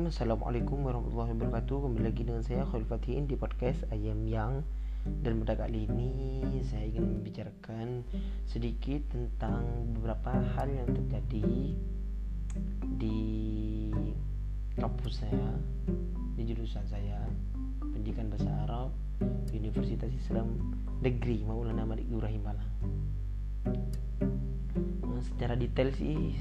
Assalamualaikum warahmatullahi wabarakatuh. Kembali lagi dengan saya Khalil Fathiin di podcast Ayam Yang. Dan pada kali ini saya ingin membicarakan sedikit tentang beberapa hal yang terjadi di kampus saya, di jurusan saya, Pendidikan Bahasa Arab, Universitas Islam Negeri Maulana Malik Ibrahim Malang. Secara detail sih,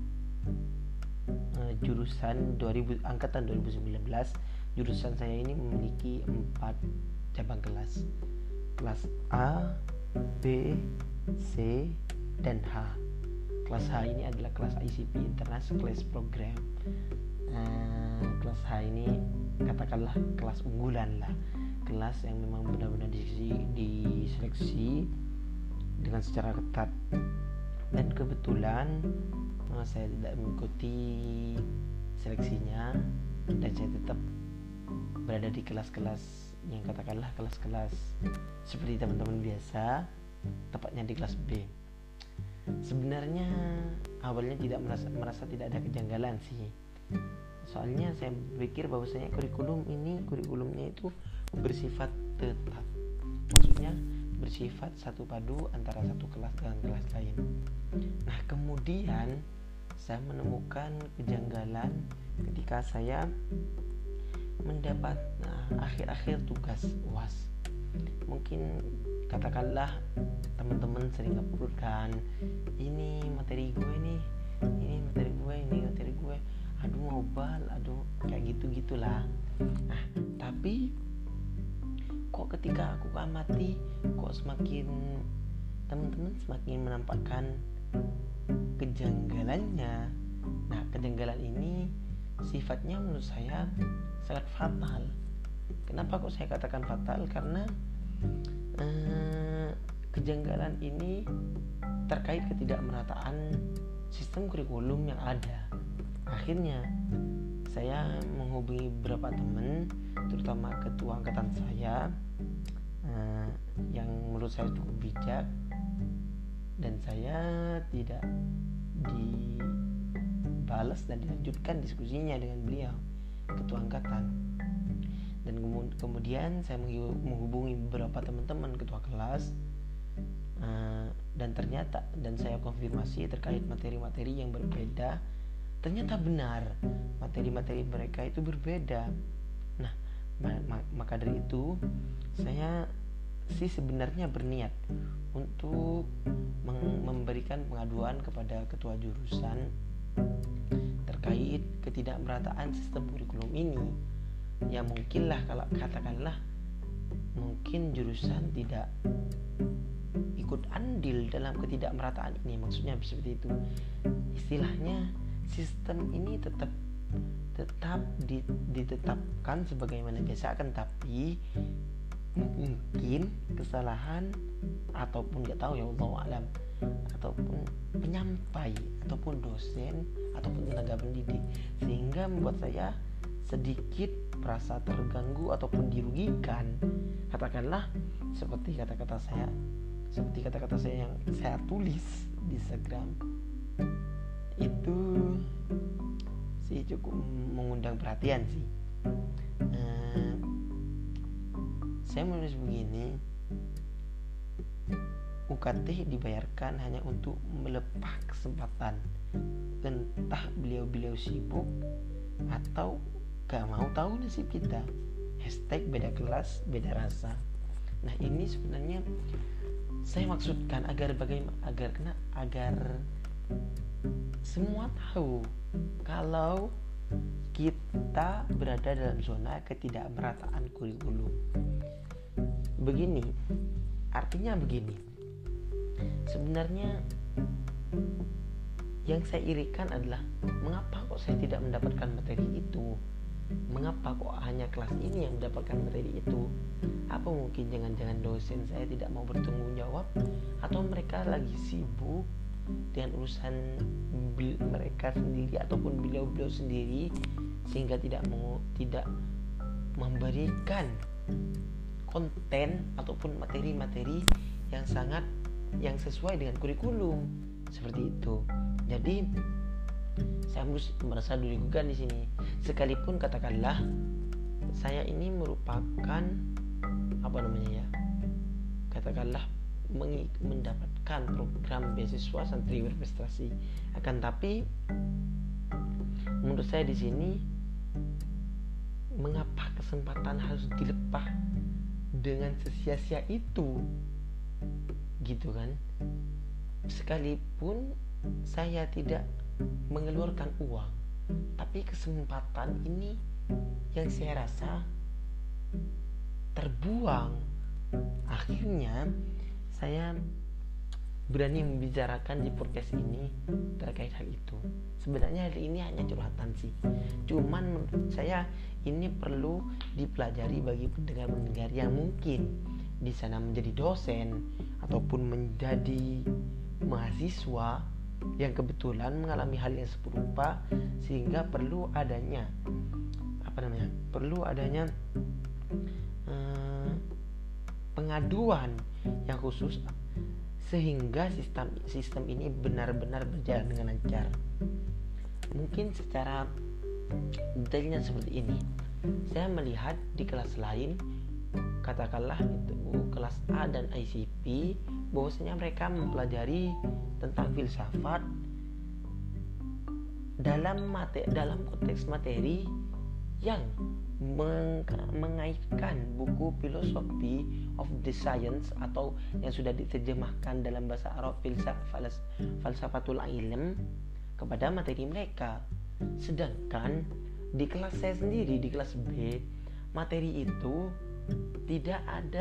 jurusan angkatan 2019, jurusan saya ini memiliki 4 cabang kelas. Kelas A, B, C, dan H. Kelas H ini adalah kelas ICP, International Class Program. Kelas H ini katakanlah kelas unggulan lah, kelas yang memang benar-benar diseleksi dengan secara ketat. Dan kebetulan saya tidak mengikuti seleksinya dan saya tetap berada di kelas-kelas yang katakanlah kelas-kelas seperti teman-teman biasa, tepatnya di kelas B. Sebenarnya awalnya tidak merasa tidak ada kejanggalan sih, soalnya saya berpikir bahwasanya kurikulumnya itu bersifat tetap, maksudnya bersifat satu padu antara satu kelas dengan kelas lain. Nah, kemudian saya menemukan kejanggalan ketika saya mendapat akhir-akhir tugas UAS. Mungkin katakanlah teman-teman sering uploadkan, ini materi gue nih, ini materi gue, aduh ngobal, aduh kayak gitu-gitulah. Nah, tapi kok ketika aku amati, kok teman-teman semakin menampakkan kejanggalannya. Nah, kejanggalan ini sifatnya menurut saya sangat fatal. Kenapa kok saya katakan fatal? Karena kejanggalan ini terkait ketidakmerataan sistem kurikulum yang ada. Akhirnya saya menghubungi beberapa teman, terutama ketua angkatan saya, yang menurut saya cukup bijak, dan saya tidak dibalas dan dilanjutkan diskusinya dengan beliau, ketua angkatan. Dan kemudian saya menghubungi beberapa teman-teman ketua kelas, dan saya konfirmasi terkait materi-materi yang berbeda. Ternyata benar, materi-materi mereka itu berbeda. Nah, maka dari itu saya sih sebenarnya berniat untuk memberikan pengaduan kepada ketua jurusan terkait ketidakmerataan sistem kurikulum ini. Ya mungkinlah, kalau katakanlah mungkin jurusan tidak ikut andil dalam ketidakmerataan ini, maksudnya seperti itu. Istilahnya sistem ini tetap ditetapkan sebagaimana biasa, akan tapi mungkin kesalahan ataupun nggak tahu ya, Allah alam, ataupun penyampai ataupun dosen ataupun tenaga pendidik, sehingga membuat saya sedikit merasa terganggu ataupun dirugikan. Katakanlah seperti kata-kata saya yang saya tulis di Instagram itu sih cukup mengundang perhatian sih. Saya menulis begini: UKT dibayarkan hanya untuk melepah kesempatan, entah beliau sibuk atau gak mau tahu nasib kita. Hashtag beda kelas beda rasa. Nah, ini sebenarnya saya maksudkan agar semua tahu kalau kita berada dalam zona ketidakmerataan kurikulum. Artinya begini. Sebenarnya yang saya irikan adalah mengapa kok saya tidak mendapatkan materi itu? Mengapa kok hanya kelas ini yang mendapatkan materi itu? Apa mungkin jangan-jangan dosen saya tidak mau bertanggung jawab, atau mereka lagi sibuk dengan urusan mereka sendiri ataupun beliau sendiri, sehingga tidak memberikan konten ataupun materi-materi yang sesuai dengan kurikulum seperti itu. Jadi Saya merasa dirugikan di sini. Sekalipun katakanlah saya ini merupakan katakanlah mendapatkan program beasiswa santri berprestasi. Akan tapi menurut saya di sini, mengapa kesempatan harus dilepas dengan sia-sia itu, gitu kan? Sekalipun saya tidak mengeluarkan uang, tapi kesempatan ini yang saya rasa terbuang. Akhirnya saya berani membicarakan di podcast ini terkait hal itu. Sebenarnya hal ini hanya curhatan sih, cuman menurut saya ini perlu dipelajari bagi pendengar-pendengar yang mungkin di sana menjadi dosen ataupun menjadi mahasiswa yang kebetulan mengalami hal yang serupa, sehingga perlu adanya pengaduan yang khusus sehingga sistem ini benar-benar berjalan dengan lancar. Mungkin secara detailnya seperti ini. Saya melihat di kelas lain, katakanlah itu kelas A dan ICP, bahwasanya mereka mempelajari tentang filsafat dalam konteks materi yang mengaitkan buku Philosophy of the Science, atau yang sudah diterjemahkan dalam bahasa Arab Falsafatul Ilm, kepada materi mereka. Sedangkan di kelas saya sendiri, di kelas B, materi itu tidak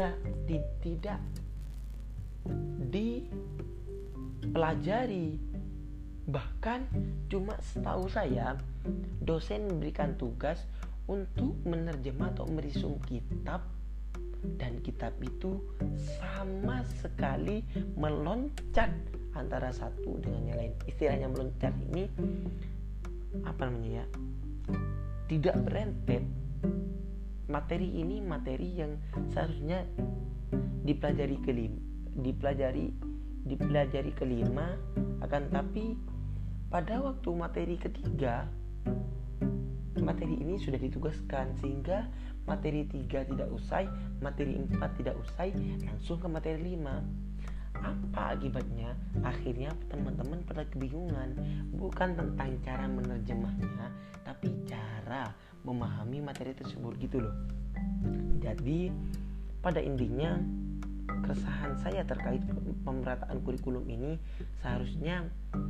dipelajari. Bahkan cuma setahu saya dosen memberikan tugas untuk menerjemah atau merisum kitab, dan kitab itu sama sekali meloncat antara satu dengan yang lain. Istilahnya meloncat ini tidak berentet. Materi ini materi yang seharusnya dipelajari kelima, akan tapi pada waktu materi ketiga, materi ini sudah ditugaskan, sehingga materi 3 tidak usai, materi 4 tidak usai, langsung ke materi 5. Apa akibatnya? Akhirnya teman-teman pada kebingungan, bukan tentang cara menerjemahnya, tapi cara memahami materi tersebut, gitu loh. Jadi pada intinya, keresahan saya terkait pemerataan kurikulum ini seharusnya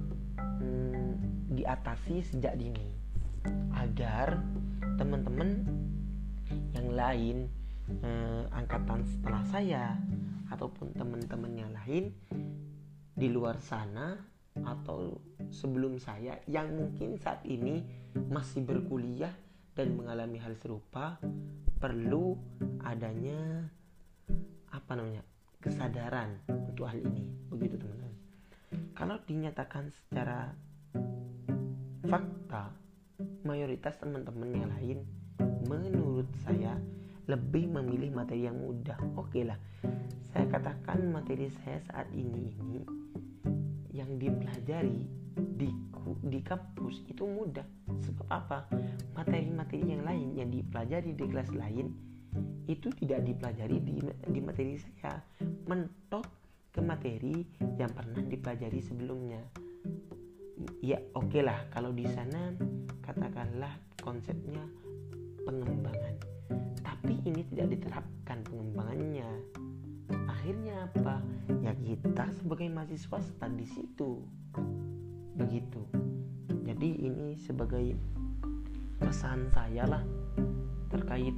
diatasi sejak dini, agar teman-teman yang lain, angkatan setelah saya ataupun teman-teman yang lain di luar sana atau sebelum saya yang mungkin saat ini masih berkuliah dan mengalami hal serupa, perlu adanya kesadaran untuk hal ini, begitu teman-teman. Kalau dinyatakan secara fakta, mayoritas teman-teman yang lain menurut saya lebih memilih materi yang mudah. Oke lah, saya katakan materi saya saat ini yang dipelajari di kampus itu mudah. Sebab apa? Materi-materi yang lain yang dipelajari di kelas lain itu tidak dipelajari di materi saya, mentok ke materi yang pernah dipelajari sebelumnya. Ya oke lah, kalau di sana katakanlah konsepnya pengembangan, tapi ini tidak diterapkan pengembangannya. Akhirnya apa? Ya kita sebagai mahasiswa stuck di situ, begitu. Jadi ini sebagai pesan saya lah terkait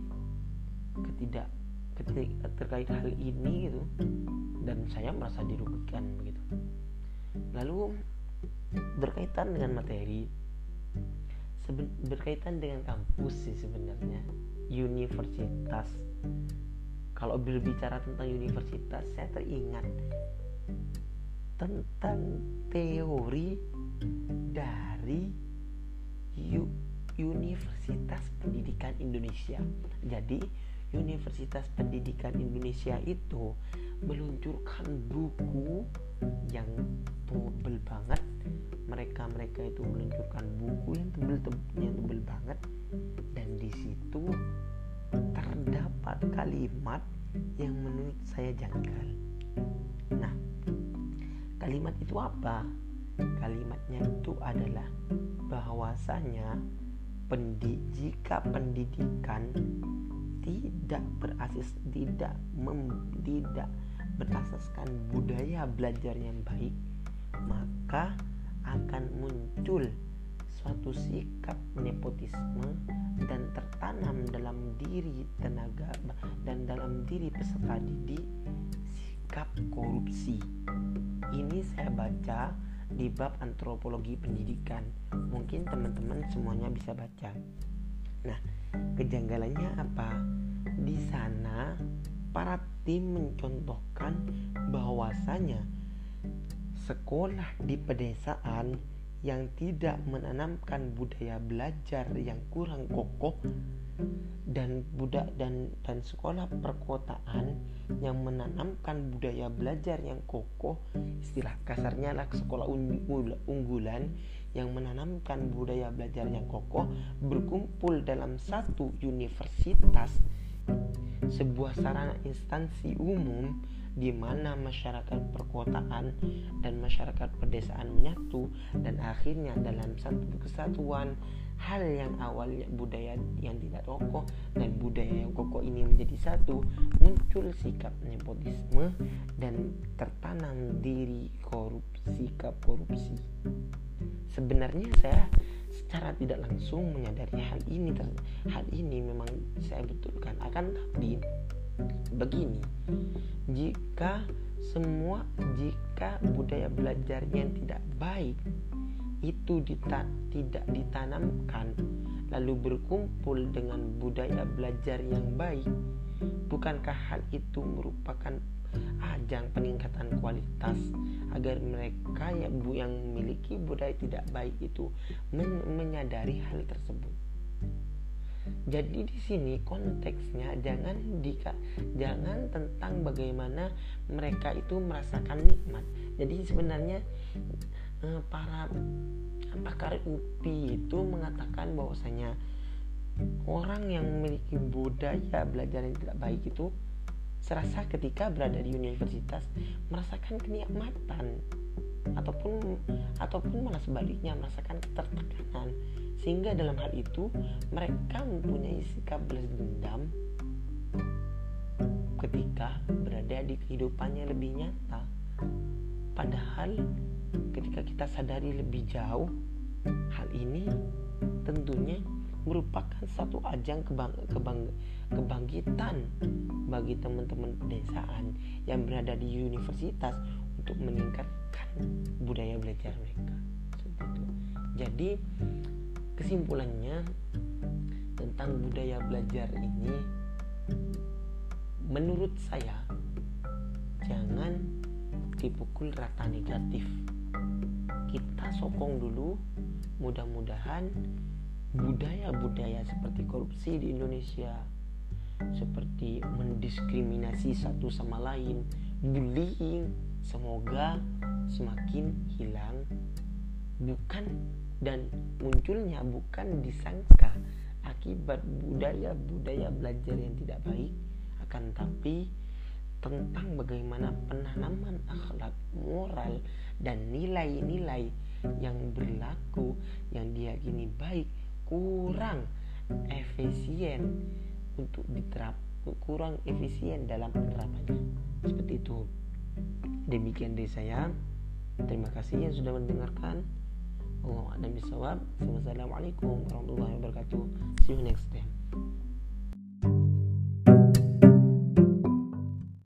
terkait hal ini gitu, dan saya merasa dirugikan begitu. Lalu berkaitan dengan materi, berkaitan dengan kampus sih sebenarnya, universitas. Kalau berbicara tentang universitas, saya teringat tentang teori dari Universitas Pendidikan Indonesia. Jadi Universitas Pendidikan Indonesia itu meluncurkan buku yang tebel banget. Mereka itu meluncurkan buku yang tebel banget, dan di situ terdapat kalimat yang menurut saya janggal. Nah, kalimat itu apa? Kalimatnya itu adalah bahwasanya jika pendidikan tidak berasaskan budaya belajar yang baik, maka akan muncul suatu sikap nepotisme dan tertanam dalam diri tenaga dan dalam diri peserta didik sikap korupsi. Ini saya baca di bab antropologi pendidikan. Mungkin teman-teman semuanya bisa baca. Nah, kejanggalannya apa? Di sana para tim mencontohkan bahwasanya sekolah di pedesaan yang tidak menanamkan budaya belajar yang kurang kokoh dan sekolah perkotaan yang menanamkan budaya belajar yang kokoh, istilah kasarnya lah sekolah unggulan yang menanamkan budaya belajar yang kokoh, berkumpul dalam satu universitas, sebuah sarana instansi umum di mana masyarakat perkotaan dan masyarakat pedesaan menyatu, dan akhirnya dalam satu kesatuan hal yang awalnya budaya yang tidak kokoh dan budaya yang kokoh ini menjadi satu, muncul sikap nepotisme dan tertanam diri sikap korupsi. Sebenarnya saya secara tidak langsung menyadari hal ini memang saya betulkan, akan tapi begini, jika budaya belajar yang tidak baik itu tidak ditanamkan lalu berkumpul dengan budaya belajar yang baik, bukankah hal itu merupakan ajang peningkatan kualitas agar mereka yang memiliki budaya tidak baik itu menyadari hal tersebut? Jadi di sini konteksnya jangan tentang bagaimana mereka itu merasakan nikmat. Jadi sebenarnya para pakar UPI itu mengatakan bahwasanya orang yang memiliki budaya belajar yang tidak baik itu serasa ketika berada di universitas merasakan kenikmatan ataupun malah sebaliknya merasakan ketertekanan, sehingga dalam hal itu mereka mempunyai sikap balas dendam ketika berada di kehidupannya lebih nyata. Padahal ketika kita sadari lebih jauh, hal ini tentunya merupakan satu ajang kebangkitan bagi teman-teman pedesaan yang berada di universitas untuk meningkatkan budaya belajar mereka. Jadi kesimpulannya tentang budaya belajar ini, menurut saya jangan dipukul rata negatif. Kita sokong dulu, mudah-mudahan budaya-budaya seperti korupsi di Indonesia, seperti mendiskriminasi satu sama lain, bullying, semoga semakin hilang, dan munculnya bukan disangka akibat budaya-budaya belajar yang tidak baik, akan tapi tentang bagaimana penanaman akhlak, moral, dan nilai-nilai yang berlaku yang diyakini baik kurang efisien dalam penerapannya. Seperti itu. Demikian dari saya. Terima kasih yang sudah mendengarkan. Wassalamualaikum warahmatullahi wabarakatuh. See you next time.